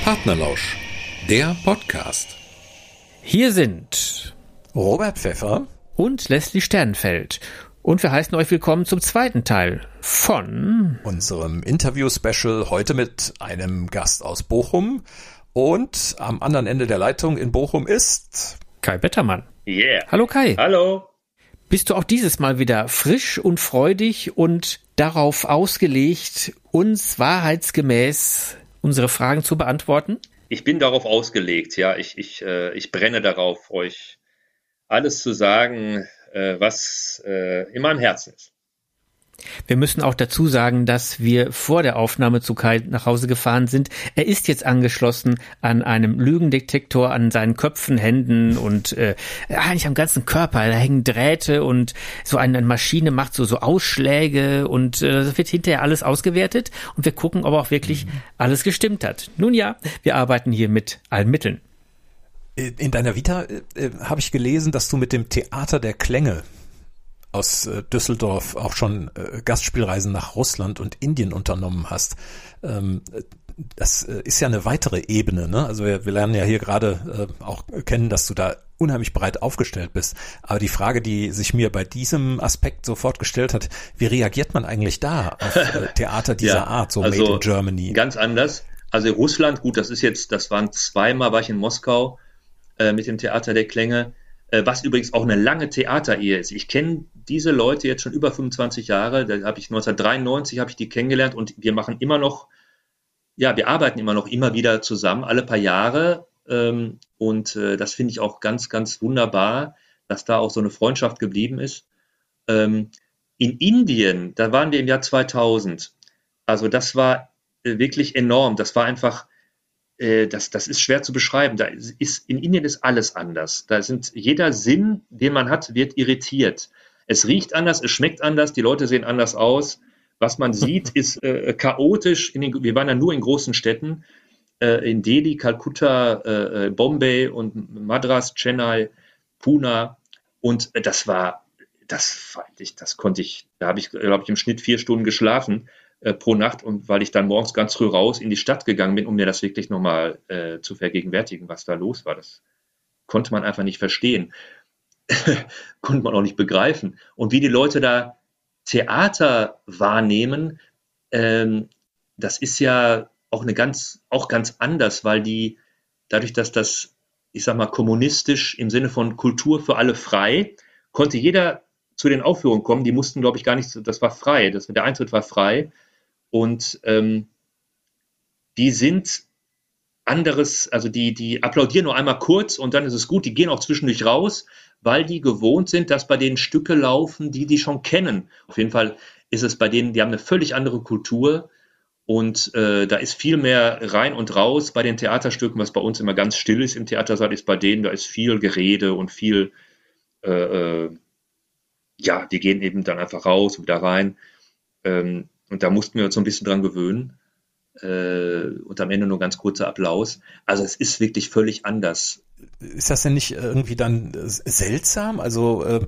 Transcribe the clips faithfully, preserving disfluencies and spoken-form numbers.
Partnerlausch, der Podcast. Hier sind Robert Pfeffer und Leslie Sternfeld. Und wir heißen euch willkommen zum zweiten Teil von unserem Interview-Special, heute mit einem Gast aus Bochum. Und am anderen Ende der Leitung in Bochum ist Kai Bettermann. Yeah. Hallo Kai. Hallo. Bist du auch dieses Mal wieder frisch und freudig und darauf ausgelegt, uns wahrheitsgemäß unsere Fragen zu beantworten? Ich bin darauf ausgelegt, ja. Ich, ich, äh, ich brenne darauf, euch alles zu sagen, äh, was äh, in meinem Herzen ist. Wir müssen auch dazu sagen, dass wir vor der Aufnahme zu Kai nach Hause gefahren sind. Er ist jetzt angeschlossen an einem Lügendetektor, an seinen Köpfen, Händen und äh, eigentlich am ganzen Körper. Da hängen Drähte und so eine Maschine macht so so Ausschläge und äh, das wird hinterher alles ausgewertet und wir gucken, ob auch wirklich mhm. alles gestimmt hat. Nun ja, wir arbeiten hier mit allen Mitteln. In deiner Vita äh, habe ich gelesen, dass du mit dem Theater der Klänge aus äh, Düsseldorf auch schon äh, Gastspielreisen nach Russland und Indien unternommen hast. Ähm, das äh, ist ja eine weitere Ebene, ne? Also wir, wir lernen ja hier gerade äh, auch kennen, dass du da unheimlich breit aufgestellt bist. Aber die Frage, die sich mir bei diesem Aspekt sofort gestellt hat, wie reagiert man eigentlich da auf äh, Theater dieser ja, Art, so also Made in Germany? Ganz anders. Also Russland, gut, das ist jetzt, das waren zweimal, war ich in Moskau äh, mit dem Theater der Klänge, äh, was übrigens auch eine lange Theaterehe ist. Ich kenne diese Leute jetzt schon über fünfundzwanzig Jahre, da habe ich neunzehnhundertdreiundneunzig habe ich die kennengelernt und wir machen immer noch, ja, wir arbeiten immer noch immer wieder zusammen, alle paar Jahre ähm, und äh, das finde ich auch ganz, ganz wunderbar, dass da auch so eine Freundschaft geblieben ist. Ähm, in Indien, da waren wir im Jahr zweitausend, also das war äh, wirklich enorm, das war einfach, äh, das, das ist schwer zu beschreiben, da ist, in Indien ist alles anders, da sind, jeder Sinn, den man hat, wird irritiert. Es riecht anders, es schmeckt anders, die Leute sehen anders aus. Was man sieht, ist äh, chaotisch. In den, wir waren ja nur in großen Städten, äh, in Delhi, Kalkutta, äh, Bombay und Madras, Chennai, Pune. Und äh, das war, das fand ich, das konnte ich, da habe ich, glaube ich, im Schnitt vier Stunden geschlafen äh, pro Nacht, und weil ich dann morgens ganz früh raus in die Stadt gegangen bin, um mir das wirklich nochmal äh, zu vergegenwärtigen, was da los war. Das konnte man einfach nicht verstehen. Konnte man auch nicht begreifen. Und wie die Leute da Theater wahrnehmen, ähm, das ist ja auch eine ganz, auch ganz anders, weil die, dadurch, dass das, ich sag mal, kommunistisch im Sinne von Kultur für alle frei, konnte jeder zu den Aufführungen kommen, die mussten, glaube ich, gar nicht, das war frei, das, der Eintritt war frei und ähm, die sind anderes, also die, die applaudieren nur einmal kurz und dann ist es gut, die gehen auch zwischendurch raus, weil die gewohnt sind, dass bei denen Stücke laufen, die die schon kennen. Auf jeden Fall ist es bei denen, die haben eine völlig andere Kultur und äh, da ist viel mehr rein und raus bei den Theaterstücken, was bei uns immer ganz still ist im Theatersaal, ist bei denen, da ist viel Gerede und viel, äh, äh, ja, die gehen eben dann einfach raus und wieder rein ähm, und da mussten wir uns so ein bisschen dran gewöhnen. Äh, und am Ende nur ganz kurzer Applaus. Also es ist wirklich völlig anders. Ist das denn nicht irgendwie dann seltsam? Also äh,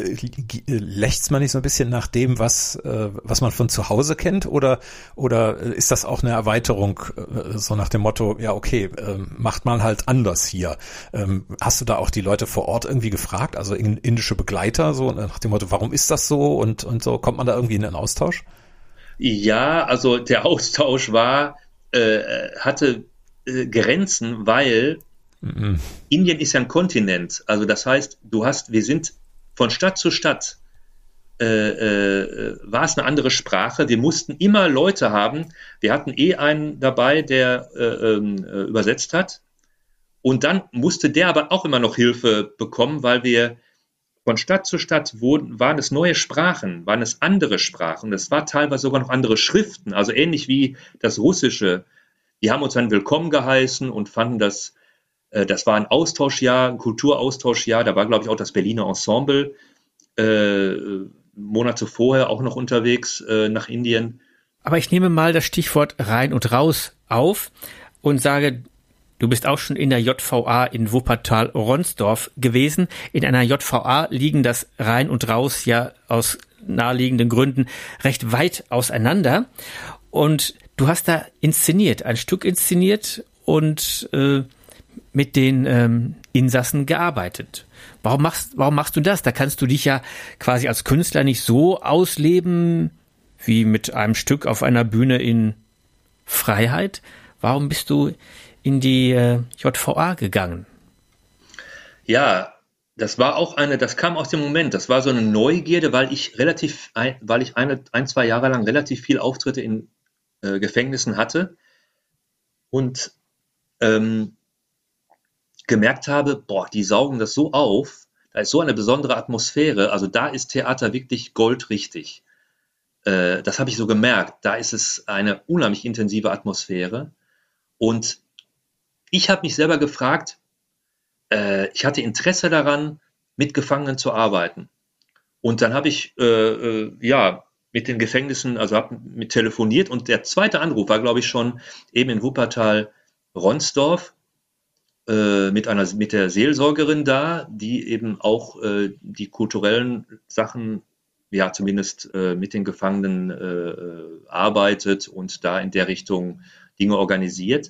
lächzt man nicht so ein bisschen nach dem, was äh, was man von zu Hause kennt? Oder oder ist das auch eine Erweiterung, äh, so nach dem Motto, ja okay, äh, macht man halt anders hier? Ähm, hast du da auch die Leute vor Ort irgendwie gefragt? Also indische Begleiter, so nach dem Motto, warum ist das so? Und, und so, kommt man da irgendwie in einen Austausch? Ja, also der Austausch war, äh, hatte äh, Grenzen, weil mhm. Indien ist ja ein Kontinent. Also das heißt, du hast, wir sind von Stadt zu Stadt, äh, äh, war es eine andere Sprache. Wir mussten immer Leute haben. Wir hatten eh einen dabei, der äh, äh, übersetzt hat. Und dann musste der aber auch immer noch Hilfe bekommen, weil wir von Stadt zu Stadt wurden, waren es neue Sprachen, waren es andere Sprachen. Das war teilweise sogar noch andere Schriften, also ähnlich wie das Russische. Die haben uns dann willkommen geheißen und fanden das, äh, das war ein Austauschjahr, ein Kulturaustauschjahr. Da war, glaube ich, auch das Berliner Ensemble äh, Monate vorher auch noch unterwegs äh, nach Indien. Aber ich nehme mal das Stichwort rein und raus auf und sage, du bist auch schon in der J V A in Wuppertal-Ronsdorf gewesen. In einer J V A liegen das Rein und Raus ja aus naheliegenden Gründen recht weit auseinander. Und du hast da inszeniert, ein Stück inszeniert und äh, mit den ähm, Insassen gearbeitet. Warum machst, warum machst du das? Da kannst du dich ja quasi als Künstler nicht so ausleben wie mit einem Stück auf einer Bühne in Freiheit. Warum bist du in die äh, J V A gegangen? Ja, das war auch eine, das kam aus dem Moment, das war so eine Neugierde, weil ich relativ, ein, weil ich eine, ein, zwei Jahre lang relativ viel Auftritte in äh, Gefängnissen hatte und ähm, gemerkt habe, boah, die saugen das so auf, da ist so eine besondere Atmosphäre, also da ist Theater wirklich goldrichtig. Äh, das habe ich so gemerkt, da ist es eine unheimlich intensive Atmosphäre und ich habe mich selber gefragt, äh, ich hatte Interesse daran, mit Gefangenen zu arbeiten. Und dann habe ich, äh, äh, ja, mit den Gefängnissen, also habe mit telefoniert und der zweite Anruf war, glaube ich, schon eben in Wuppertal-Ronsdorf, mit einer, mit der Seelsorgerin da, die eben auch äh, die kulturellen Sachen, ja, zumindest äh, mit den Gefangenen äh, arbeitet und da in der Richtung Dinge organisiert.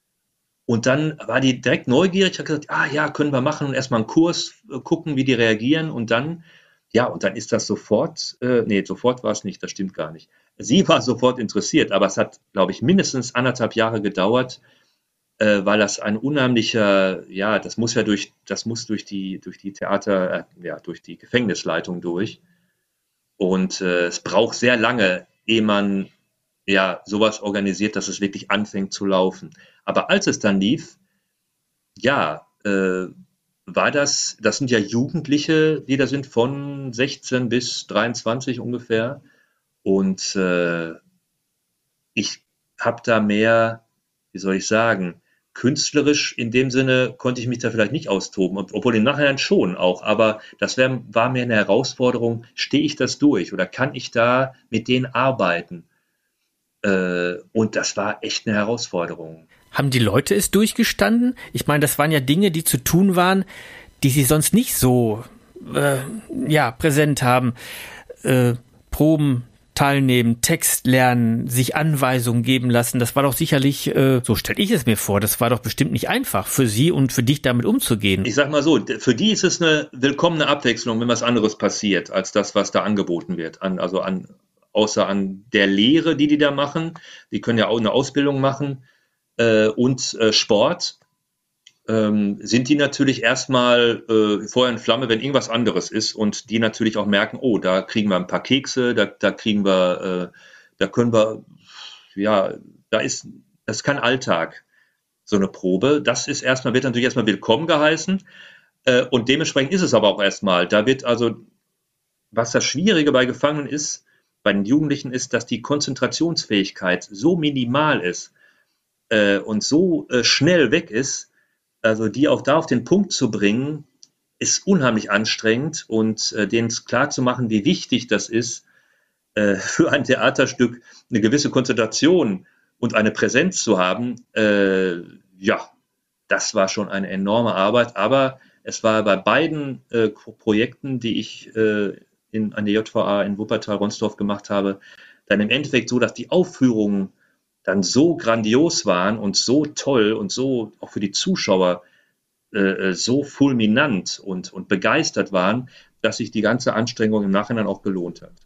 Und dann war die direkt neugierig, hat gesagt, ah ja, können wir machen, erstmal einen Kurs, äh, gucken, wie die reagieren und dann, ja, und dann ist das sofort, äh, nee, sofort war es nicht, das stimmt gar nicht. Sie war sofort interessiert, aber es hat, glaube ich, mindestens anderthalb Jahre gedauert, weil das ein unheimlicher, ja, das muss ja durch, das muss durch die, durch die Theater, äh, ja, durch die Gefängnisleitung durch. Und äh, es braucht sehr lange, ehe man ja sowas organisiert, dass es wirklich anfängt zu laufen. Aber als es dann lief, ja, äh, war das, das sind ja Jugendliche, die da sind von sechzehn bis dreiundzwanzig ungefähr. Und äh, ich habe da mehr, wie soll ich sagen, künstlerisch in dem Sinne konnte ich mich da vielleicht nicht austoben, obwohl im Nachhinein schon auch, aber das wär, war mir eine Herausforderung, stehe ich das durch oder kann ich da mit denen arbeiten? Äh, und das war echt eine Herausforderung. Haben die Leute es durchgestanden? Ich meine, das waren ja Dinge, die zu tun waren, die sie sonst nicht so äh, ja, präsent haben. Äh, Proben teilnehmen, Text lernen, sich Anweisungen geben lassen, das war doch sicherlich, äh, so stelle ich es mir vor, das war doch bestimmt nicht einfach für sie und für dich damit umzugehen. Ich sag mal so, für die ist es eine willkommene Abwechslung, wenn was anderes passiert, als das, was da angeboten wird, an, also an, außer an der Lehre, die die da machen, die können ja auch eine Ausbildung machen, äh, und äh, Sport, ähm, sind die natürlich erstmal äh, Feuer und Flamme, wenn irgendwas anderes ist und die natürlich auch merken, oh, da kriegen wir ein paar Kekse, da, da kriegen wir, äh, da können wir, ja, da ist, das ist kein Alltag, so eine Probe. Das ist erstmal, wird natürlich erstmal willkommen geheißen äh, und dementsprechend ist es aber auch erstmal, da wird also, was das Schwierige bei Gefangenen ist, bei den Jugendlichen ist, dass die Konzentrationsfähigkeit so minimal ist äh, und so äh, schnell weg ist, also die auch da auf den Punkt zu bringen, ist unheimlich anstrengend und äh, denen klar zu machen, wie wichtig das ist, äh, für ein Theaterstück eine gewisse Konzentration und eine Präsenz zu haben, äh, ja, das war schon eine enorme Arbeit, aber es war bei beiden äh, Projekten, die ich äh, in, an der J V A in Wuppertal-Ronsdorf gemacht habe, dann im Endeffekt so, dass die Aufführungen dann so grandios waren und so toll und so auch für die Zuschauer äh, so fulminant und, und begeistert waren, dass sich die ganze Anstrengung im Nachhinein auch gelohnt hat.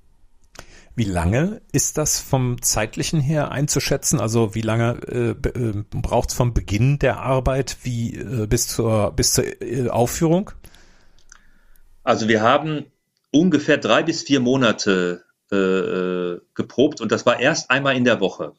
Wie lange ist das vom zeitlichen her einzuschätzen? Also wie lange äh, äh, braucht es vom Beginn der Arbeit wie äh, bis zur, bis zur äh, Aufführung? Also wir haben ungefähr drei bis vier Monate äh, geprobt und das war erst einmal in der Woche.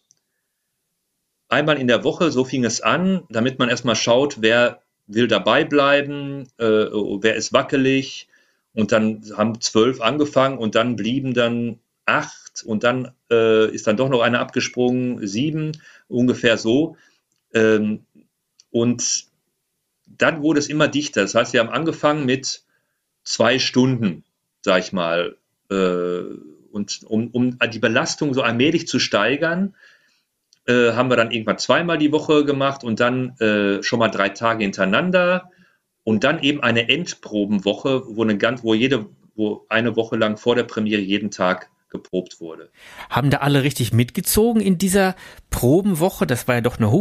Einmal in der Woche, so fing es an, damit man erstmal schaut, wer will dabei bleiben, äh, wer ist wackelig und dann haben zwölf angefangen und dann blieben dann acht und dann äh, ist dann doch noch eine abgesprungen, sieben, ungefähr so. Ähm, und dann wurde es immer dichter. Das heißt, wir haben angefangen mit zwei Stunden, sag ich mal, äh, und um, um die Belastung so allmählich zu steigern, äh, haben wir dann irgendwann zweimal die Woche gemacht und dann äh, schon mal drei Tage hintereinander und dann eben eine Endprobenwoche, wo eine ganz, wo jede, wo eine Woche lang vor der Premiere jeden Tag geprobt wurde. Haben da alle richtig mitgezogen in dieser Probenwoche? Das war ja doch eine hohe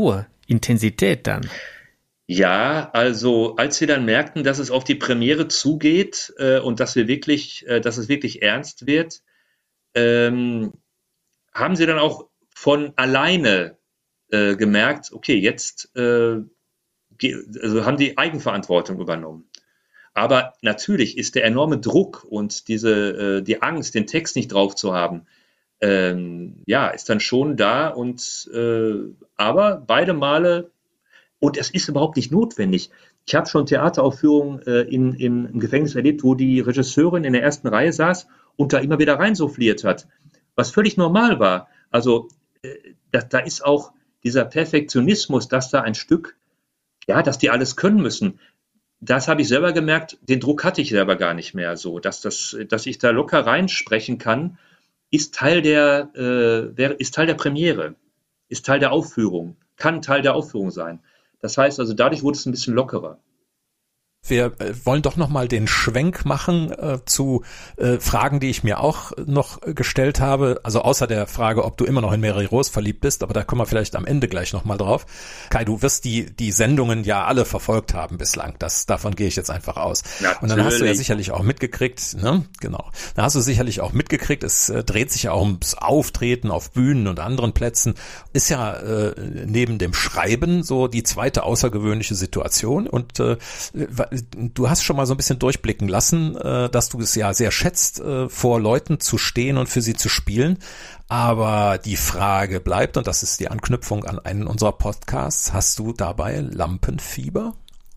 Intensität dann. Ja, also als wir dann merkten, dass es auf die Premiere zugeht äh, und dass wir wirklich, äh, dass es wirklich ernst wird, ähm, haben sie dann auch von alleine äh, gemerkt, okay, jetzt äh, ge- also haben die Eigenverantwortung übernommen. Aber natürlich ist der enorme Druck und diese äh, die Angst, den Text nicht drauf zu haben, ähm, ja, ist dann schon da. Und äh, aber beide Male. Und es ist überhaupt nicht notwendig. Ich habe schon Theateraufführungen äh, in, in, im Gefängnis erlebt, wo die Regisseurin in der ersten Reihe saß und da immer wieder reinsouffliert hat, was völlig normal war. Also äh, da, da ist auch dieser Perfektionismus, dass da ein Stück, ja, dass die alles können müssen. Das habe ich selber gemerkt, den Druck hatte ich selber gar nicht mehr so. Dass, das, dass ich da locker reinsprechen kann, ist Teil der, äh, ist Teil der Premiere, ist Teil der Aufführung, kann Teil der Aufführung sein. Das heißt also, dadurch wurde es ein bisschen lockerer. Wir äh, wollen doch nochmal den Schwenk machen äh, zu äh, Fragen, die ich mir auch noch gestellt habe. Also außer der Frage, ob du immer noch in Mary Rose verliebt bist, aber da kommen wir vielleicht am Ende gleich nochmal drauf. Kai, du wirst die die Sendungen ja alle verfolgt haben bislang. Das, davon gehe ich jetzt einfach aus. Natürlich. Und dann hast du ja sicherlich auch mitgekriegt, ne? Genau. Da hast du sicherlich auch mitgekriegt, es äh, dreht sich ja auch ums Auftreten auf Bühnen und anderen Plätzen. Ist ja äh, neben dem Schreiben so die zweite außergewöhnliche Situation. Und äh, du hast schon mal so ein bisschen durchblicken lassen, dass du es ja sehr schätzt, vor Leuten zu stehen und für sie zu spielen. Aber die Frage bleibt, und das ist die Anknüpfung an einen unserer Podcasts, hast du dabei Lampenfieber?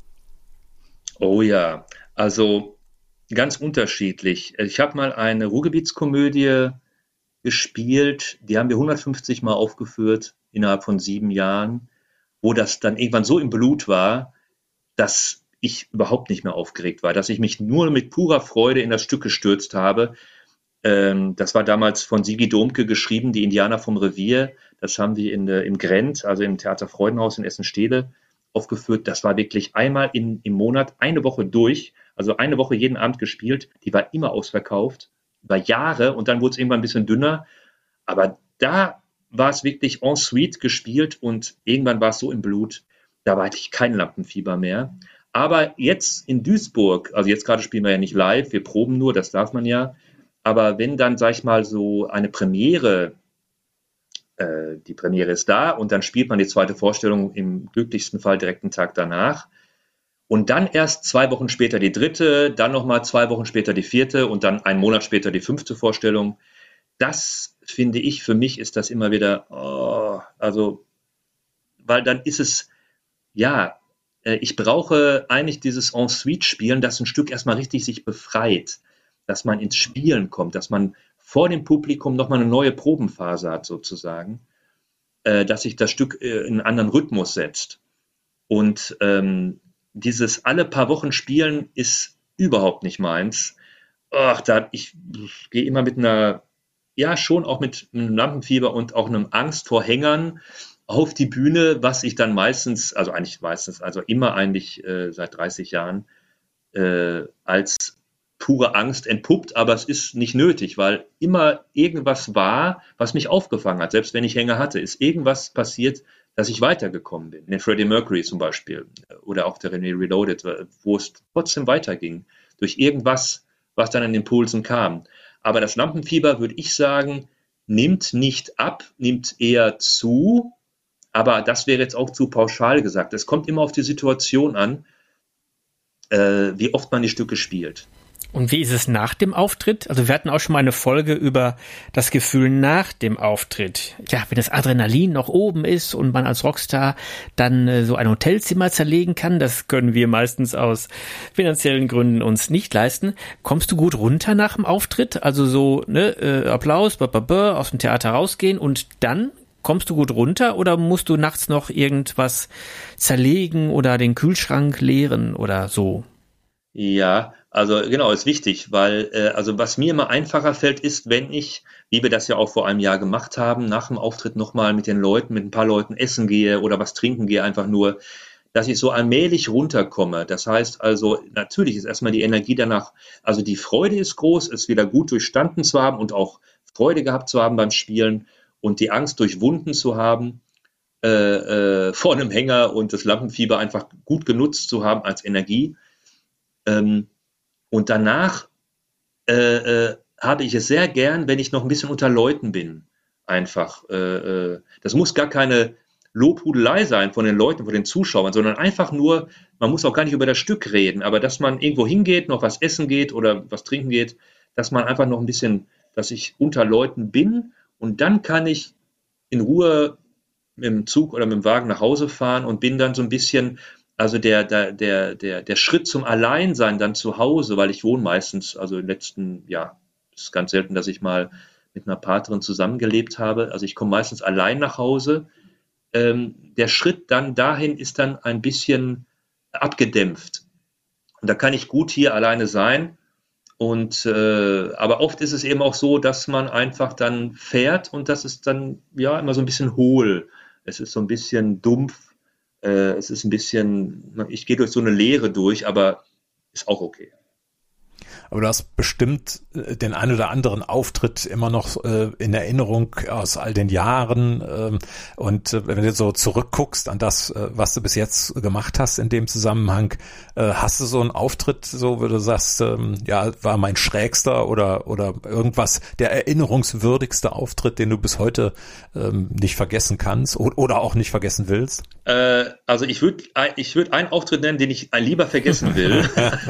Oh ja, also ganz unterschiedlich. Ich habe mal eine Ruhrgebietskomödie gespielt, die haben wir hundertfünfzig Mal aufgeführt innerhalb von sieben Jahren, wo das dann irgendwann so im Blut war, dass ich überhaupt nicht mehr aufgeregt war, dass ich mich nur mit purer Freude in das Stück gestürzt habe. Ähm, das war damals von Sigi Domke geschrieben, die Indianer vom Revier. Das haben wir in der, im Grent, also im Theater Freudenhaus in Essen-Stehle, aufgeführt. Das war wirklich einmal in, im Monat, eine Woche durch, also eine Woche jeden Abend gespielt. Die war immer ausverkauft, über Jahre, und dann wurde es irgendwann ein bisschen dünner. Aber da war es wirklich en suite gespielt und irgendwann war es so im Blut, da war ich kein Lampenfieber mehr. Aber jetzt in Duisburg, also jetzt gerade spielen wir ja nicht live, wir proben nur, das darf man ja. Aber wenn dann, sag ich mal, so eine Premiere, äh, die Premiere ist da und dann spielt man die zweite Vorstellung im glücklichsten Fall direkt einen Tag danach. Und dann erst zwei Wochen später die dritte, dann nochmal zwei Wochen später die vierte und dann einen Monat später die fünfte Vorstellung. Das finde ich, für mich ist das immer wieder, oh, also, weil dann ist es, ja, ich brauche eigentlich dieses En-Suite-Spielen, dass ein Stück erstmal richtig sich befreit, dass man ins Spielen kommt, dass man vor dem Publikum nochmal eine neue Probenphase hat sozusagen, dass sich das Stück in einen anderen Rhythmus setzt. Und ähm, dieses alle paar Wochen Spielen ist überhaupt nicht meins. Ach, da, ich, ich gehe immer mit einer, ja schon auch mit einem Lampenfieber und auch einem Angst vor Hängern auf die Bühne, was ich dann meistens, also eigentlich meistens, also immer eigentlich äh, seit dreißig Jahren äh, als pure Angst entpuppt, aber es ist nicht nötig, weil immer irgendwas war, was mich aufgefangen hat. Selbst wenn ich Hänger hatte, ist irgendwas passiert, dass ich weitergekommen bin. In Freddie Mercury zum Beispiel oder auch der René Reloaded, wo es trotzdem weiterging, durch irgendwas, was dann an Impulsen kam. Aber das Lampenfieber, würde ich sagen, nimmt nicht ab, nimmt eher zu. Aber das wäre jetzt auch zu pauschal gesagt. Es kommt immer auf die Situation an, äh, wie oft man die Stücke spielt. Und wie ist es nach dem Auftritt? Also wir hatten auch schon mal eine Folge über das Gefühl nach dem Auftritt. Ja, wenn das Adrenalin noch oben ist und man als Rockstar dann äh, so ein Hotelzimmer zerlegen kann, das können wir meistens aus finanziellen Gründen uns nicht leisten. Kommst du gut runter nach dem Auftritt? Also so ne, äh, Applaus, ba, ba, ba, aus dem Theater rausgehen und dann kommst du gut runter oder musst du nachts noch irgendwas zerlegen oder den Kühlschrank leeren oder so? Ja, also genau, ist wichtig, weil äh, also was mir immer einfacher fällt, ist, wenn ich, wie wir das ja auch vor einem Jahr gemacht haben, nach dem Auftritt nochmal mit den Leuten, mit ein paar Leuten essen gehe oder was trinken gehe, einfach nur, dass ich so allmählich runterkomme. Das heißt also, natürlich ist erstmal die Energie danach, also die Freude ist groß, es wieder gut durchstanden zu haben und auch Freude gehabt zu haben beim Spielen und die Angst durchwunden zu haben. äh, äh, vor einem Hänger und das Lampenfieber einfach gut genutzt zu haben als Energie. Ähm, und danach äh, äh, habe ich es sehr gern, wenn ich noch ein bisschen unter Leuten bin. Einfach. Äh, äh, das muss gar keine Lobhudelei sein von den Leuten, von den Zuschauern, sondern einfach nur, man muss auch gar nicht über das Stück reden, aber dass man irgendwo hingeht, noch was essen geht oder was trinken geht, dass man einfach noch ein bisschen, dass ich unter Leuten bin und dann kann ich in Ruhe mit dem Zug oder mit dem Wagen nach Hause fahren und bin dann so ein bisschen, also der, der, der, der, der Schritt zum Alleinsein dann zu Hause, weil ich wohne meistens, also im letzten Jahr, es ist ganz selten, dass ich mal mit einer Partnerin zusammengelebt habe, also ich komme meistens allein nach Hause. Ähm, der Schritt dann dahin ist dann ein bisschen abgedämpft. Und da kann ich gut hier alleine sein. Und äh, aber oft ist es eben auch so, dass man einfach dann fährt und das ist dann ja immer so ein bisschen hohl. Es ist so ein bisschen dumpf. Äh, es ist ein bisschen, ich gehe durch so eine Leere durch, aber ist auch okay. Aber du hast bestimmt den ein oder anderen Auftritt immer noch äh, in Erinnerung aus all den Jahren. Ähm, und äh, wenn du so zurückguckst an das, äh, was du bis jetzt gemacht hast in dem Zusammenhang, äh, hast du so einen Auftritt, so wo du sagst, ähm, ja, war mein schrägster oder oder irgendwas, der erinnerungswürdigste Auftritt, den du bis heute ähm, nicht vergessen kannst oder, oder auch nicht vergessen willst? Äh, also ich würde ich würd einen Auftritt nennen, den ich lieber vergessen will.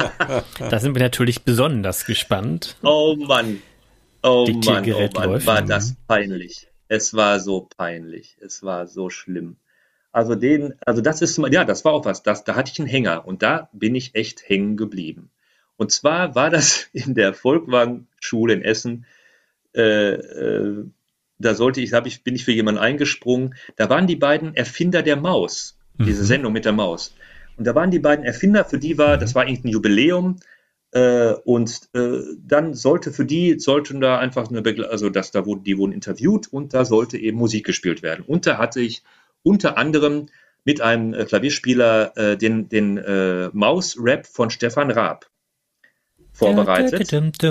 Da sind wir natürlich besonders gespannt. Oh Mann, oh Mann, oh Mann, läuft. war das peinlich. Es war so peinlich, es war so schlimm. Also den, also das ist, ja, das war auch was, das, da hatte ich einen Hänger und da bin ich echt hängen geblieben. Und zwar war das in der Volkwang-Schule in Essen, äh, äh, da sollte ich, hab ich, bin ich für jemanden eingesprungen, da waren die beiden Erfinder der Maus, diese Sendung mit der Maus. Und da waren die beiden Erfinder, für die war, das war irgendein Jubiläum, äh, und äh, dann sollte für die, sollten da einfach eine, Begle- also das, da wurden, die wurden interviewt und da sollte eben Musik gespielt werden. Und da hatte ich unter anderem mit einem äh, Klavierspieler äh, den, den äh, Maus-Rap von Stefan Raab vorbereitet.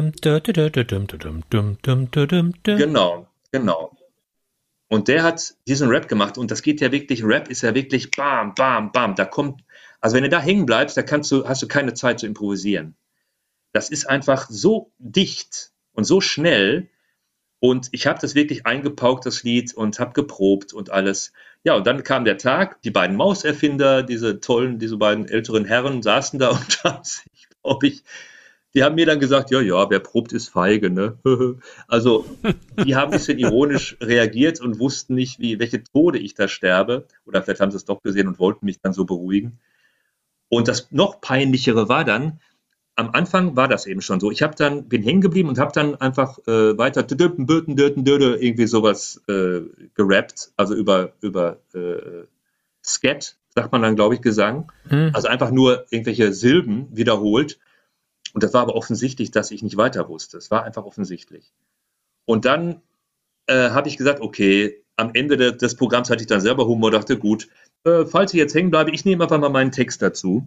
Genau, genau. Und der hat diesen Rap gemacht und das geht ja wirklich, Rap ist ja wirklich bam, bam, bam, da kommt, also wenn du da hängen bleibst, da kannst du, hast du keine Zeit zu improvisieren. Das ist einfach so dicht und so schnell und ich habe das wirklich eingepaukt, das Lied, und habe geprobt und alles. Ja, und dann kam der Tag, die beiden Mauserfinder, diese tollen, diese beiden älteren Herren saßen da und haben sich, glaube ich, die haben mir dann gesagt, ja, ja, wer probt, ist feige, ne? Also, die haben ein bisschen ironisch reagiert und wussten nicht, wie, welche Tode ich da sterbe. Oder vielleicht haben sie es doch gesehen und wollten mich dann so beruhigen. Und das noch peinlichere war dann, am Anfang war das eben schon so. Ich habe dann, bin hängen geblieben und habe dann einfach äh, weiter irgendwie sowas äh, gerappt, also über, über äh, Scat, sagt man dann, glaube ich, Gesang. Hm. Also einfach nur irgendwelche Silben wiederholt. Und das war aber offensichtlich, dass ich nicht weiter wusste. Es war einfach offensichtlich. Und dann äh, habe ich gesagt, okay, am Ende de, des Programms hatte ich dann selber Humor, dachte, gut, äh, falls ich jetzt hängen bleibe, ich nehme einfach mal meinen Text dazu.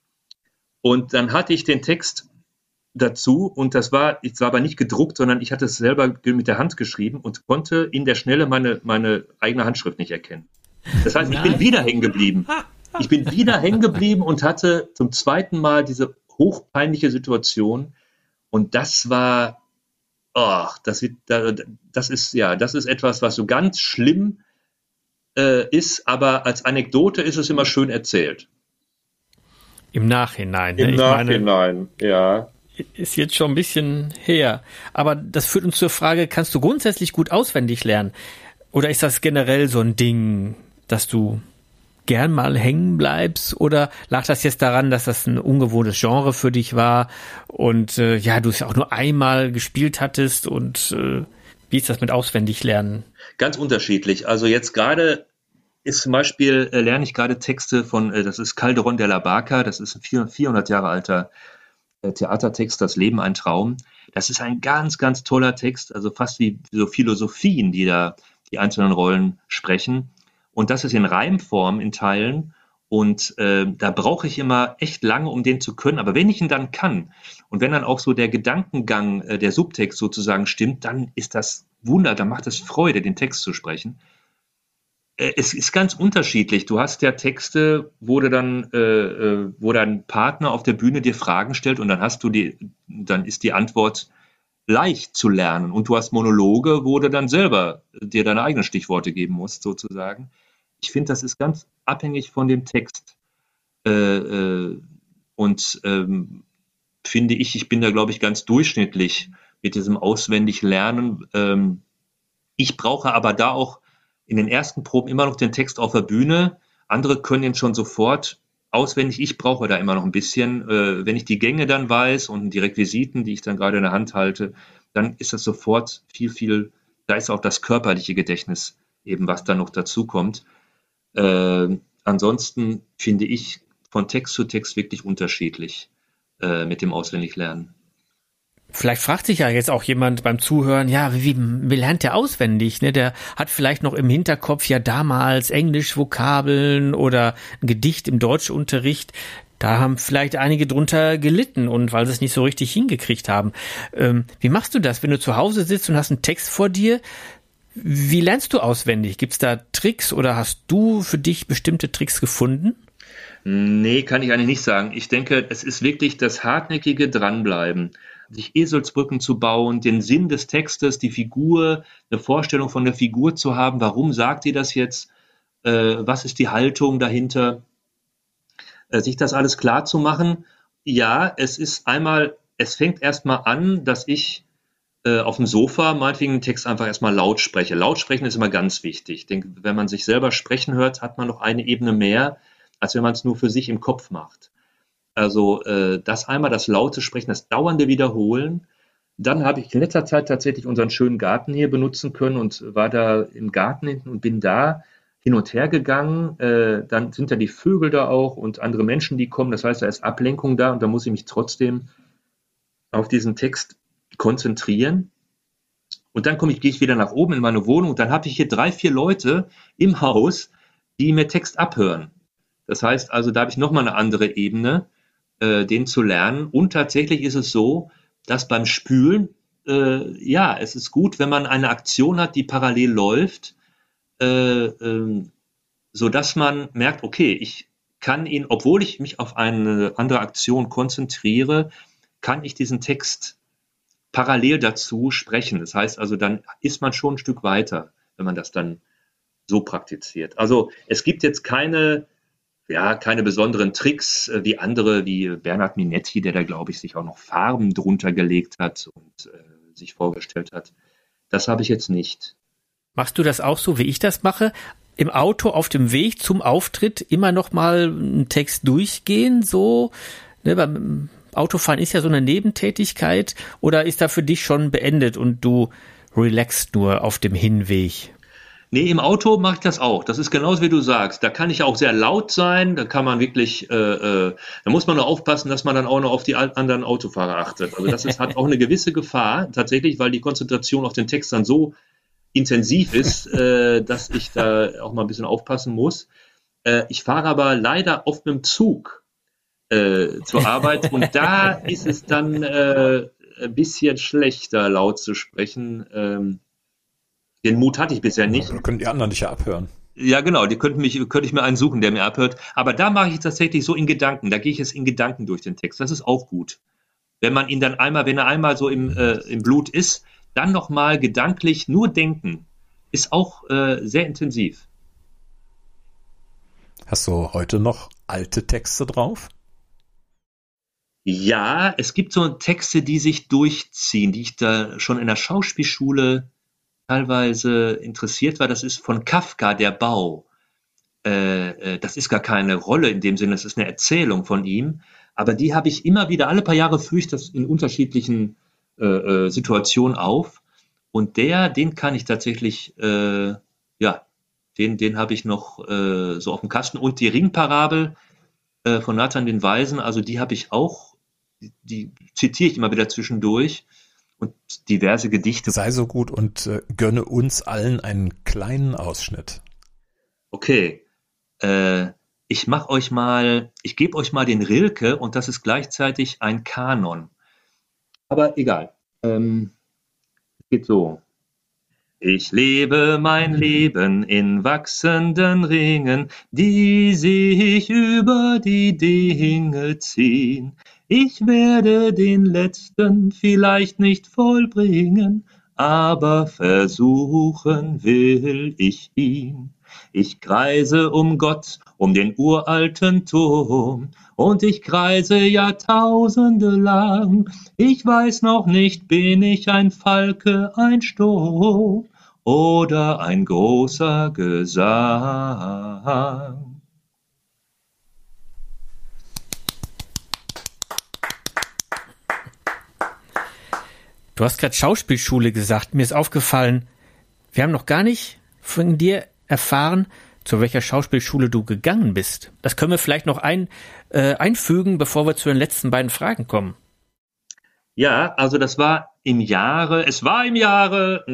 Und dann hatte ich den Text dazu und das war, es war aber nicht gedruckt, sondern ich hatte es selber mit der Hand geschrieben und konnte in der Schnelle meine, meine eigene Handschrift nicht erkennen. Das heißt, ich bin wieder hängen geblieben. Ich bin wieder hängen geblieben und hatte zum zweiten Mal diese hochpeinliche Situation und das war, oh, das, das ist ja, das ist etwas, was so ganz schlimm äh, ist, aber als Anekdote ist es immer schön erzählt. Im Nachhinein. Im ne? Nachhinein, meine, ja. Ist jetzt schon ein bisschen her. Aber das führt uns zur Frage, kannst du grundsätzlich gut auswendig lernen? Oder ist das generell so ein Ding, dass du gern mal hängen bleibst? Oder lag das jetzt daran, dass das ein ungewohntes Genre für dich war und äh, ja, du es ja auch nur einmal gespielt hattest und äh, wie ist das mit auswendig lernen? Ganz unterschiedlich. Also jetzt gerade ist zum Beispiel, äh, lerne ich gerade Texte von, äh, das ist Calderón de la Barca, das ist ein vierhundert Jahre alter äh, Theatertext, Das Leben ein Traum. Das ist ein ganz, ganz toller Text, also fast wie so Philosophien, die da die einzelnen Rollen sprechen. Und das ist in Reimform in Teilen. Und äh, da brauche ich immer echt lange, um den zu können. Aber wenn ich ihn dann kann und wenn dann auch so der Gedankengang, äh, der Subtext sozusagen stimmt, dann ist das Wunder, dann macht es Freude, den Text zu sprechen. Es ist ganz unterschiedlich. Du hast ja Texte, wo du dann, äh, äh, wo dein Partner auf der Bühne dir Fragen stellt und dann hast du die, dann ist die Antwort leicht zu lernen. Und du hast Monologe, wo du dann selber dir deine eigenen Stichworte geben musst, sozusagen. Ich finde, das ist ganz abhängig von dem Text. Äh, äh, und ähm, finde ich, ich bin da, glaube ich, ganz durchschnittlich mit diesem auswendig Lernen. Ähm, ich brauche aber da auch in den ersten Proben immer noch den Text auf der Bühne. Andere können ihn schon sofort auswendig. Ich brauche da immer noch ein bisschen. Äh, wenn ich die Gänge dann weiß und die Requisiten, die ich dann gerade in der Hand halte, dann ist das sofort viel, viel, da ist auch das körperliche Gedächtnis eben, was dann noch dazu kommt. Äh, ansonsten finde ich von Text zu Text wirklich unterschiedlich äh, mit dem Auswendiglernen. Vielleicht fragt sich ja jetzt auch jemand beim Zuhören, ja, wie, wie lernt der auswendig? Ne? Der hat vielleicht noch im Hinterkopf ja damals Englisch-Vokabeln oder ein Gedicht im Deutschunterricht. Da haben vielleicht einige drunter gelitten und weil sie es nicht so richtig hingekriegt haben. Ähm, wie machst du das, wenn du zu Hause sitzt und hast einen Text vor dir? Wie lernst du auswendig? Gibt es da Tricks oder hast du für dich bestimmte Tricks gefunden? Nee, kann ich eigentlich nicht sagen. Ich denke, es ist wirklich das hartnäckige Dranbleiben, sich Eselsbrücken zu bauen, den Sinn des Textes, die Figur, eine Vorstellung von der Figur zu haben. Warum sagt die das jetzt? Äh, was ist die Haltung dahinter? Äh, sich das alles klar zu machen. Ja, es ist einmal, es fängt erstmal an, dass ich äh, auf dem Sofa meinetwegen den Text einfach erstmal laut spreche. Laut sprechen ist immer ganz wichtig. Ich denke, wenn man sich selber sprechen hört, hat man noch eine Ebene mehr, als wenn man es nur für sich im Kopf macht. Also äh, das einmal, das laute Sprechen, das dauernde Wiederholen. Dann habe ich in letzter Zeit tatsächlich unseren schönen Garten hier benutzen können und war da im Garten hinten und bin da hin und her gegangen. Äh, dann sind da die Vögel da auch und andere Menschen, die kommen. Das heißt, da ist Ablenkung da und da muss ich mich trotzdem auf diesen Text konzentrieren. Und dann komme ich, gehe ich wieder nach oben in meine Wohnung und dann habe ich hier drei, vier Leute im Haus, die mir Text abhören. Das heißt also, da habe ich nochmal eine andere Ebene, äh, den zu lernen. Und tatsächlich ist es so, dass beim Spülen, äh, ja, es ist gut, wenn man eine Aktion hat, die parallel läuft, äh, äh, sodass man merkt, okay, ich kann ihn, obwohl ich mich auf eine andere Aktion konzentriere, kann ich diesen Text parallel dazu sprechen. Das heißt also, dann ist man schon ein Stück weiter, wenn man das dann so praktiziert. Also es gibt jetzt keine Ja, keine besonderen Tricks äh, wie andere, wie Bernhard Minetti, der da, glaube ich, sich auch noch Farben drunter gelegt hat und äh, sich vorgestellt hat. Das habe ich jetzt nicht. Machst du das auch so, wie ich das mache? Im Auto auf dem Weg zum Auftritt immer noch mal einen Text durchgehen? So, ne, beim Autofahren ist ja so eine Nebentätigkeit. Oder ist da für dich schon beendet und du relaxst nur auf dem Hinweg? Nee, im Auto mache ich das auch. Das ist genauso, wie du sagst. Da kann ich auch sehr laut sein. Da kann man wirklich, äh, äh, da muss man nur aufpassen, dass man dann auch noch auf die anderen Autofahrer achtet. Also das ist, hat auch eine gewisse Gefahr, tatsächlich, weil die Konzentration auf den Text dann so intensiv ist, äh, dass ich da auch mal ein bisschen aufpassen muss. Äh, ich fahre aber leider oft mit dem Zug äh, zur Arbeit und da ist es dann äh, ein bisschen schlechter, laut zu sprechen. Ähm, Den Mut hatte ich bisher nicht. Dann können die anderen dich ja abhören. Ja, genau, die könnten mich, könnte ich mir einen suchen, der mir abhört. Aber da mache ich es tatsächlich so in Gedanken. Da gehe ich es in Gedanken durch den Text. Das ist auch gut. Wenn man ihn dann einmal, wenn er einmal so im, äh, im Blut ist, dann nochmal gedanklich nur denken, ist auch äh, sehr intensiv. Hast du heute noch alte Texte drauf? Ja, es gibt so Texte, die sich durchziehen, die ich da schon in der Schauspielschule teilweise interessiert war. Das ist von Kafka, der Bau. Äh, das ist gar keine Rolle in dem Sinne, das ist eine Erzählung von ihm. Aber die habe ich immer wieder, alle paar Jahre führe ich das in unterschiedlichen äh, äh, Situationen auf. Und der, den kann ich tatsächlich, äh, ja, den, den habe ich noch äh, so auf dem Kasten. Und die Ringparabel äh, von Nathan den Weisen, also die habe ich auch, die, die zitiere ich immer wieder zwischendurch. Und diverse Gedichte. Sei so gut und äh, gönne uns allen einen kleinen Ausschnitt. Okay, äh, ich mache euch mal, ich gebe euch mal den Rilke und das ist gleichzeitig ein Kanon. Aber egal. Ähm, geht so. Ich lebe mein Leben in wachsenden Ringen, die sich über die Dinge ziehen. Ich werde den letzten vielleicht nicht vollbringen, aber versuchen will ich ihn. Ich kreise um Gott, um den uralten Turm, und ich kreise Jahrtausende lang. Ich weiß noch nicht, bin ich ein Falke, ein Sturm oder ein großer Gesang. Du hast gerade Schauspielschule gesagt. Mir ist aufgefallen, wir haben noch gar nicht von dir erfahren, zu welcher Schauspielschule du gegangen bist. Das können wir vielleicht noch ein, äh, einfügen, bevor wir zu den letzten beiden Fragen kommen. Ja, also das war im Jahre, es war im Jahre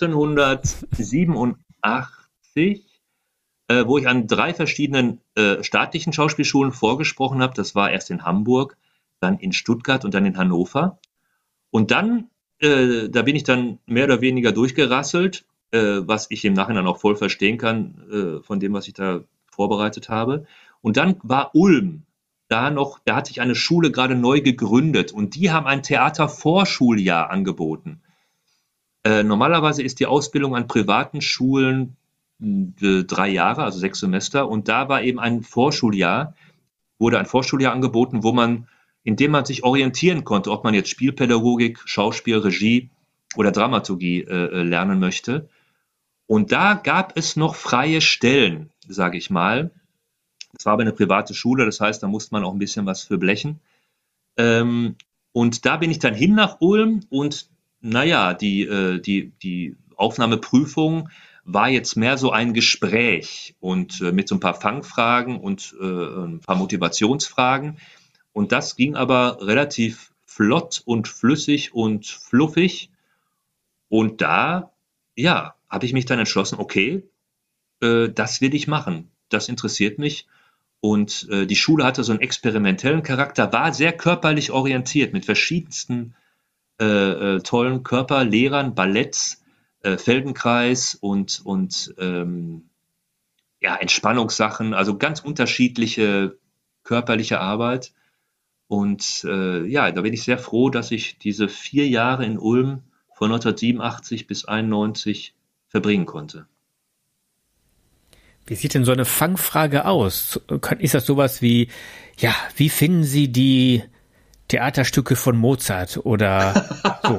neunzehnhundertsiebenundachtzig, äh, wo ich an drei verschiedenen äh, staatlichen Schauspielschulen vorgesprochen habe. Das war erst in Hamburg, dann in Stuttgart und dann in Hannover. Und dann, äh, da bin ich dann mehr oder weniger durchgerasselt, äh, was ich im Nachhinein auch voll verstehen kann, äh, von dem, was ich da vorbereitet habe. Und dann war Ulm da noch, da hat sich eine Schule gerade neu gegründet und die haben ein Theatervorschuljahr angeboten. Äh, normalerweise ist die Ausbildung an privaten Schulen äh, drei Jahre, also sechs Semester, und da war eben ein Vorschuljahr, wurde ein Vorschuljahr angeboten, wo man, in dem man sich orientieren konnte, ob man jetzt Spielpädagogik, Schauspiel, Regie oder Dramaturgie äh, lernen möchte. Und da gab es noch freie Stellen, sage ich mal. Es war aber eine private Schule, das heißt, da musste man auch ein bisschen was für blechen. Ähm, und da bin ich dann hin nach Ulm und naja, die, äh, die, die Aufnahmeprüfung war jetzt mehr so ein Gespräch und äh, mit so ein paar Fangfragen und äh, ein paar Motivationsfragen. Und das ging aber relativ flott und flüssig und fluffig. Und da, ja, habe ich mich dann entschlossen, okay, äh, das will ich machen. Das interessiert mich. Und äh, die Schule hatte so einen experimentellen Charakter, war sehr körperlich orientiert mit verschiedensten äh, äh, tollen Körperlehrern, Balletts, äh, Feldenkreis und, und ähm, ja, Entspannungssachen, also ganz unterschiedliche körperliche Arbeit. Und äh, ja, da bin ich sehr froh, dass ich diese vier Jahre in Ulm von neunzehnhundertsiebenundachtzig bis einundneunzig verbringen konnte. Wie sieht denn so eine Fangfrage aus? Ist das sowas wie, ja, wie finden Sie die Theaterstücke von Mozart oder so?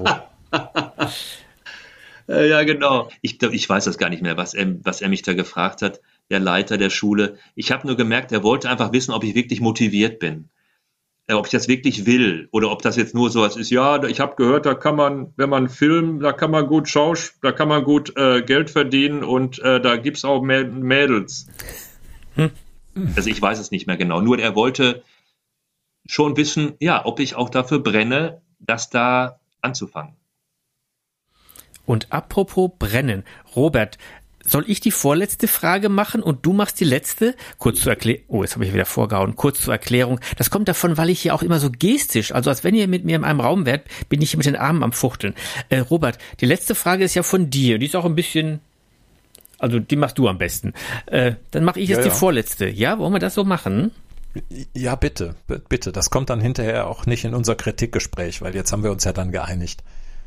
Ja, genau. Ich, ich weiß das gar nicht mehr, was er, was er mich da gefragt hat, der Leiter der Schule. Ich habe nur gemerkt, er wollte einfach wissen, ob ich wirklich motiviert bin. Ob ich das wirklich will oder ob das jetzt nur sowas ist, ja, ich habe gehört, da kann man, wenn man filmt, da kann man gut Schausch, da kann man gut äh, Geld verdienen und äh, da gibt's auch Mädels. Hm. Also ich weiß es nicht mehr genau. Nur er wollte schon wissen, ja, ob ich auch dafür brenne, das da anzufangen. Und apropos brennen, Robert, soll ich die vorletzte Frage machen und du machst die letzte? Kurz zur Erklärung. Oh, jetzt habe ich wieder vorgehauen. Kurz zur Erklärung. Das kommt davon, weil ich hier auch immer so gestisch, also als wenn ihr mit mir in einem Raum wärt, bin ich hier mit den Armen am Fuchteln. Äh, Robert, die letzte Frage ist ja von dir. Die ist auch ein bisschen, also die machst du am besten. Äh, dann mache ich jetzt ja, ja. die vorletzte. Ja, wollen wir das so machen? Ja, bitte, bitte. Das kommt dann hinterher auch nicht in unser Kritikgespräch, weil jetzt haben wir uns ja dann geeinigt.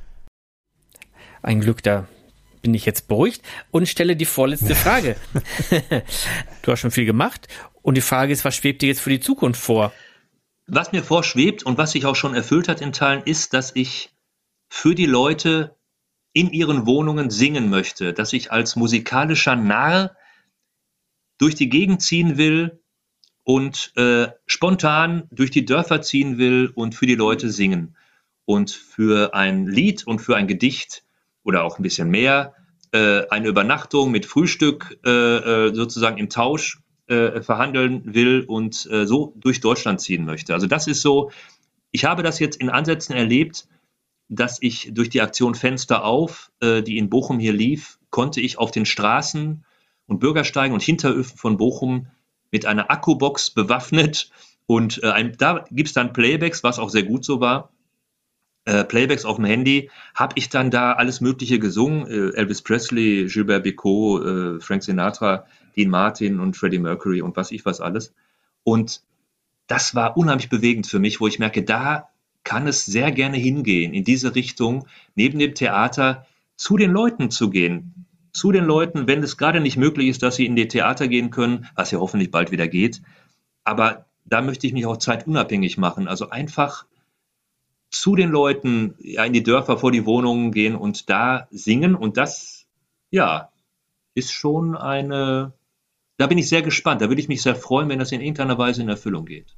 Ein Glück, da bin ich jetzt beruhigt und stelle die vorletzte Frage. Du hast schon viel gemacht und die Frage ist, was schwebt dir jetzt für die Zukunft vor? Was mir vorschwebt und was sich auch schon erfüllt hat in Teilen, ist, dass ich für die Leute in ihren Wohnungen singen möchte, dass ich als musikalischer Narr durch die Gegend ziehen will und äh, spontan durch die Dörfer ziehen will und für die Leute singen. Und für ein Lied und für ein Gedicht oder auch ein bisschen mehr, äh, eine Übernachtung mit Frühstück äh, sozusagen im Tausch äh, verhandeln will und äh, so durch Deutschland ziehen möchte. Also das ist so, ich habe das jetzt in Ansätzen erlebt, dass ich durch die Aktion Fenster auf, äh, die in Bochum hier lief, konnte ich auf den Straßen und Bürgersteigen und Hinterhöfen von Bochum mit einer Akkubox bewaffnet und äh, ein, da gibt es dann Playbacks, was auch sehr gut so war. äh, Playbacks auf dem Handy, habe ich dann da alles Mögliche gesungen. Äh, Elvis Presley, Gilbert Bécaud, äh, Frank Sinatra, Dean Martin und Freddie Mercury und was ich was alles. Und das war unheimlich bewegend für mich, wo ich merke, da kann es sehr gerne hingehen, in diese Richtung, neben dem Theater zu den Leuten zu gehen. Zu den Leuten, wenn es gerade nicht möglich ist, dass sie in die Theater gehen können, was ja hoffentlich bald wieder geht. Aber da möchte ich mich auch zeitunabhängig machen. Also einfach zu den Leuten, ja, in die Dörfer vor die Wohnungen gehen und da singen. Und das, ja, ist schon eine, da bin ich sehr gespannt. Da würde ich mich sehr freuen, wenn das in irgendeiner Weise in Erfüllung geht.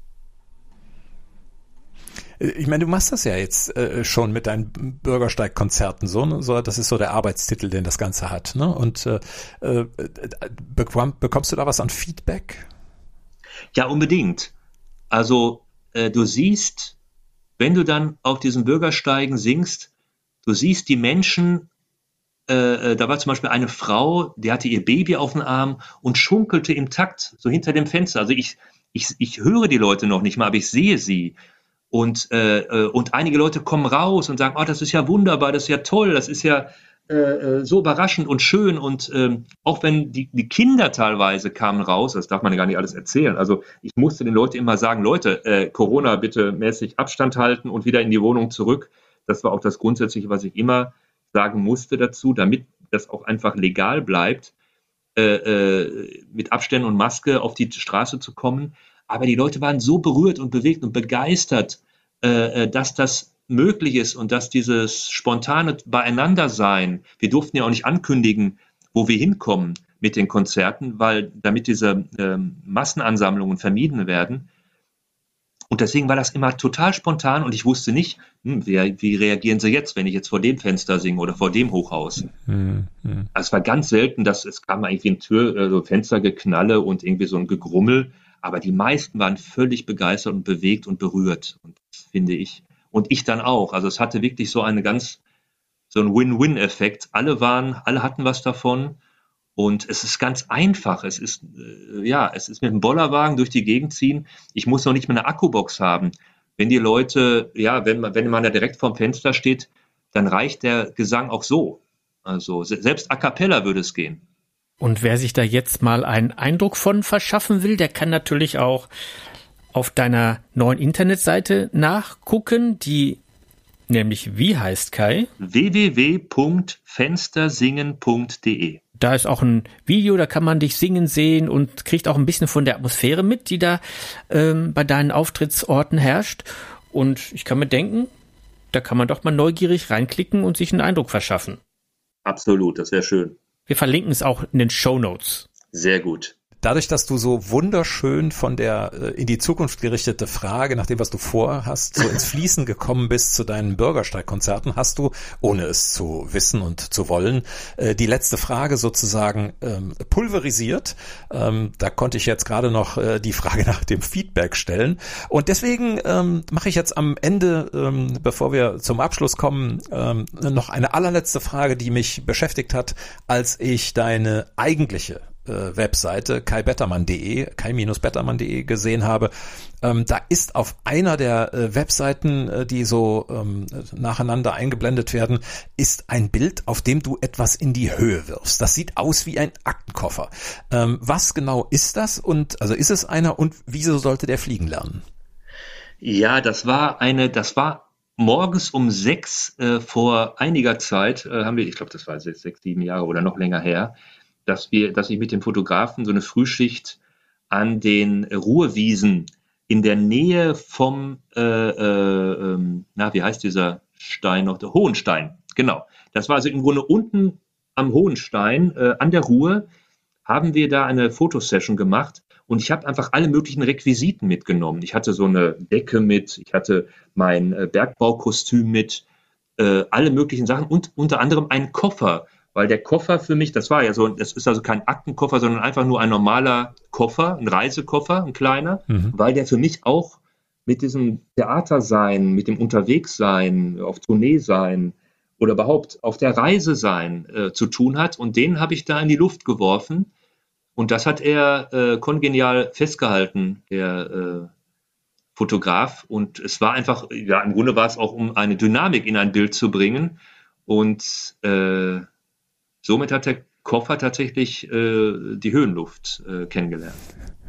Ich meine, du machst das ja jetzt äh, schon mit deinen Bürgersteig-Konzerten so, ne? So, das ist so der Arbeitstitel, den das Ganze hat, ne? Und äh, äh, bekomm, bekommst du da was an Feedback? Ja, unbedingt. Also äh, du siehst, wenn du dann auf diesen Bürgersteigen singst, du siehst die Menschen, äh, da war zum Beispiel eine Frau, die hatte ihr Baby auf dem Arm und schunkelte im Takt, so hinter dem Fenster. Also ich, ich, ich höre die Leute noch nicht mal, aber ich sehe sie. Und, äh, und einige Leute kommen raus und sagen, oh, das ist ja wunderbar, das ist ja toll, das ist ja äh, so überraschend und schön. Und ähm, auch wenn die, die Kinder teilweise kamen raus, das darf man ja gar nicht alles erzählen. Also ich musste den Leuten immer sagen, Leute, äh, Corona bitte mäßig Abstand halten und wieder in die Wohnung zurück. Das war auch das Grundsätzliche, was ich immer sagen musste dazu, damit das auch einfach legal bleibt, äh, äh, mit Abständen und Maske auf die Straße zu kommen. Aber die Leute waren so berührt und bewegt und begeistert, äh, dass das möglich ist und dass dieses spontane Beieinandersein, wir durften ja auch nicht ankündigen, wo wir hinkommen mit den Konzerten, weil damit diese äh, Massenansammlungen vermieden werden. Und deswegen war das immer total spontan und ich wusste nicht, hm, wie, wie reagieren sie jetzt, wenn ich jetzt vor dem Fenster singe oder vor dem Hochhaus. Mhm. Also es war ganz selten, dass es kam irgendwie ein Tür, äh, so Fenstergeknalle und irgendwie so ein Gegrummel. Aber die meisten waren völlig begeistert und bewegt und berührt. Und das finde ich. Und ich dann auch. Also es hatte wirklich so eine ganz, so einen Win-Win-Effekt. Alle waren, alle hatten was davon. Und es ist ganz einfach. Es ist, äh, ja, es ist mit dem Bollerwagen durch die Gegend ziehen. Ich muss noch nicht mal eine Akkubox haben. Wenn die Leute, ja, wenn man, wenn man da direkt vorm Fenster steht, dann reicht der Gesang auch so. Also selbst a cappella würde es gehen. Und wer sich da jetzt mal einen Eindruck von verschaffen will, der kann natürlich auch auf deiner neuen Internetseite nachgucken, die nämlich wie heißt, Kai? w w w punkt fenstersingen punkt d e. Da ist auch ein Video, da kann man dich singen sehen und kriegt auch ein bisschen von der Atmosphäre mit, die da ähm, bei deinen Auftrittsorten herrscht. Und ich kann mir denken, da kann man doch mal neugierig reinklicken und sich einen Eindruck verschaffen. Absolut, das wäre schön. Wir verlinken es auch in den Shownotes. Sehr gut. Dadurch, dass du so wunderschön von der äh, in die Zukunft gerichtete Frage, nach dem, was du vorhast, so ins Fließen gekommen bist zu deinen Bürgersteig-Konzerten, hast du, ohne es zu wissen und zu wollen, äh, die letzte Frage sozusagen ähm, pulverisiert. Ähm, da konnte ich jetzt gerade noch äh, die Frage nach dem Feedback stellen. Und deswegen ähm, mache ich jetzt am Ende, ähm, bevor wir zum Abschluss kommen, ähm, noch eine allerletzte Frage, die mich beschäftigt hat, als ich deine eigentliche Webseite kai bettermann punkt de, kai bettermann punkt de gesehen habe. Ähm, da ist auf einer der äh, Webseiten, äh, die so ähm, nacheinander eingeblendet werden, ist ein Bild, auf dem du etwas in die Höhe wirfst. Das sieht aus wie ein Aktenkoffer. Ähm, was genau ist das? Und also ist es einer und wieso sollte der fliegen lernen? Ja, das war eine, das war morgens um sechs äh, vor einiger Zeit, äh, haben wir, ich glaube, das war sechs, sechs, sieben Jahre oder noch länger her, dass wir, dass ich mit dem Fotografen so eine Frühschicht an den Ruhrwiesen in der Nähe vom, äh, äh, ähm, na, wie heißt dieser Stein noch? Der Hohenstein, genau. Das war also im Grunde unten am Hohenstein, äh, an der Ruhr, haben wir da eine Fotosession gemacht und ich habe einfach alle möglichen Requisiten mitgenommen. Ich hatte so eine Decke mit, ich hatte mein äh, Bergbaukostüm mit, äh, alle möglichen Sachen und unter anderem einen Koffer. Weil der Koffer für mich, das war ja so, das ist also kein Aktenkoffer, sondern einfach nur ein normaler Koffer, ein Reisekoffer, ein kleiner, mhm. weil der für mich auch mit diesem Theatersein, mit dem Unterwegssein, auf Tournee sein oder überhaupt auf der Reise sein äh, zu tun hat. Und den habe ich da in die Luft geworfen. Und das hat er äh, kongenial festgehalten, der Fotograf und es war einfach, ja, im Grunde war es auch, um eine Dynamik in ein Bild zu bringen und äh, somit hat der Koffer tatsächlich äh, die Höhenluft äh, kennengelernt.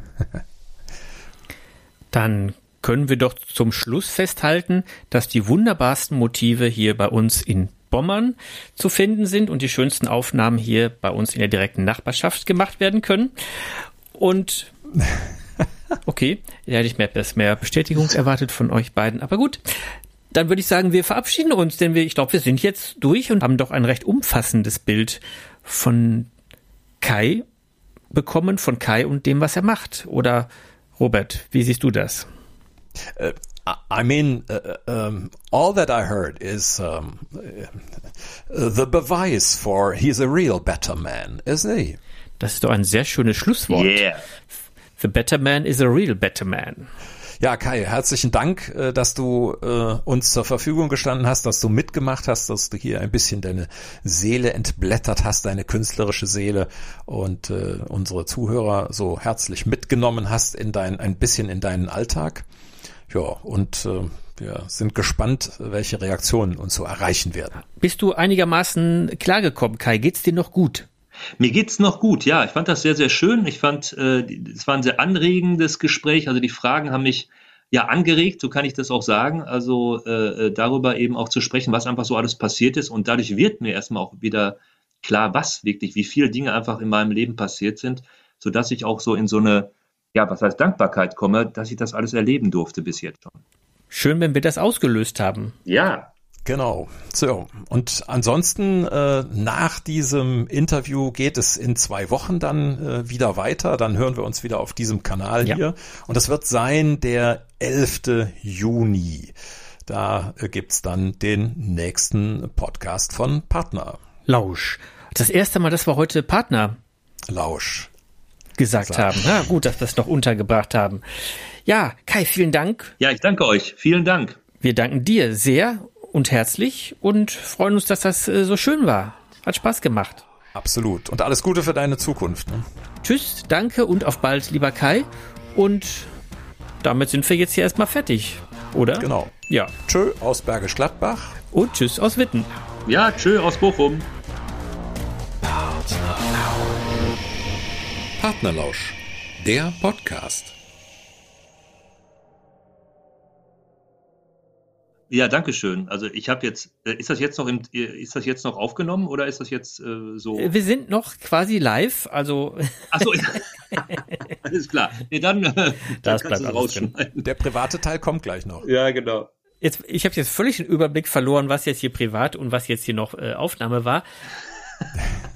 Dann können wir doch zum Schluss festhalten, dass die wunderbarsten Motive hier bei uns in Bommern zu finden sind und die schönsten Aufnahmen hier bei uns in der direkten Nachbarschaft gemacht werden können. Und okay, da hätte ich mehr, mehr Bestätigung erwartet von euch beiden, aber gut. Dann würde ich sagen, wir verabschieden uns, denn wir, ich glaube, wir sind jetzt durch und haben doch ein recht umfassendes Bild von Kai bekommen, von Kai und dem, was er macht. Oder Robert, wie siehst du das? Uh, I mean, uh, um, all that I heard is um, uh, the beweis for he's a real better man, isn't he? Das ist doch ein sehr schönes Schlusswort. Yeah. The better man is a real better man. Ja, Kai, herzlichen Dank, dass du äh, uns zur Verfügung gestanden hast, dass du mitgemacht hast, dass du hier ein bisschen deine Seele entblättert hast, deine künstlerische Seele und äh, unsere Zuhörer so herzlich mitgenommen hast in dein, ein bisschen in deinen Alltag. Ja, und äh, wir sind gespannt, welche Reaktionen uns so erreichen werden. Bist du einigermaßen klargekommen, Kai? Geht's dir noch gut? Mir geht's noch gut, ja. Ich fand das sehr, sehr schön. Ich fand, äh, es war ein sehr anregendes Gespräch. Also die Fragen haben mich ja angeregt, so kann ich das auch sagen. Also äh, darüber eben auch zu sprechen, was einfach so alles passiert ist. Und dadurch wird mir erstmal auch wieder klar, was wirklich, wie viele Dinge einfach in meinem Leben passiert sind, sodass ich auch so in so eine, ja, was heißt Dankbarkeit komme, dass ich das alles erleben durfte bis jetzt schon. Schön, wenn wir das ausgelöst haben. Ja. Genau. So, und ansonsten äh, nach diesem Interview geht es in zwei Wochen dann äh, wieder weiter. Dann hören wir uns wieder auf diesem Kanal ja. hier. Und das wird sein der elften Juni. Da äh, gibt's dann den nächsten Podcast von Partner. Lausch. Das erste Mal, dass wir heute Partner Lausch gesagt Klar. haben. Na gut, dass wir es noch untergebracht haben. Ja, Kai, vielen Dank. Ja, ich danke euch. Vielen Dank. Wir danken dir sehr und herzlich und freuen uns, dass das äh, so schön war. Hat Spaß gemacht. Absolut. Und alles Gute für deine Zukunft. Ne? Tschüss, danke und auf bald, lieber Kai. Und damit sind wir jetzt hier erstmal fertig, oder? Genau. Ja. Tschö aus Bergisch Gladbach. Und tschüss aus Witten. Ja, tschö aus Bochum. Partnerlausch, der Podcast. Ja, danke schön. Also ich habe jetzt, ist das jetzt noch im, ist das jetzt noch aufgenommen oder ist das jetzt äh, so? Wir sind noch quasi live, also. Ach so, alles klar. Nee, dann, äh, das dann kannst du rausschneiden. Der private Teil kommt gleich noch. Ja, genau. Jetzt, ich habe jetzt völlig den Überblick verloren, was jetzt hier privat und was jetzt hier noch äh, Aufnahme war.